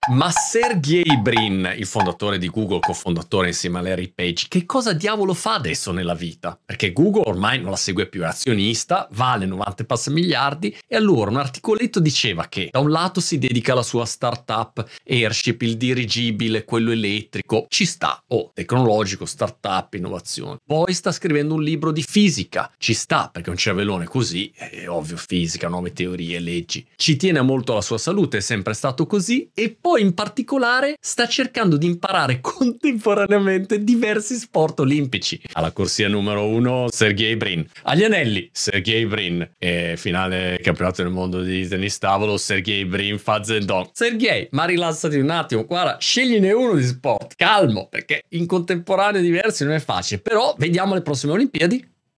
Ma Sergey Brin, il fondatore di Google, cofondatore insieme a Larry Page, che cosa diavolo fa adesso nella vita? Perché Google ormai non la segue più, è azionista, vale 90 passa miliardi, e allora un articoletto diceva che da un lato si dedica alla sua startup Airship, il dirigibile, quello elettrico, ci sta, tecnologico, startup, innovazione. Poi sta scrivendo un libro di fisica, ci sta, perché un cervellone così, è ovvio, fisica, nuove teorie, leggi. Ci tiene molto alla sua salute, è sempre stato così, e poi in particolare sta cercando di imparare contemporaneamente diversi sport olimpici. Alla corsia numero 1 Sergey Brin, agli anelli Sergey Brin, e finale campionato del mondo di tennis tavolo Sergey Brin fa Zendong. Sergey, ma rilassati un attimo, guarda, scegliene uno di sport, calmo, perché in contemporanea diversi non è facile, però vediamo le prossime Olimpiadi.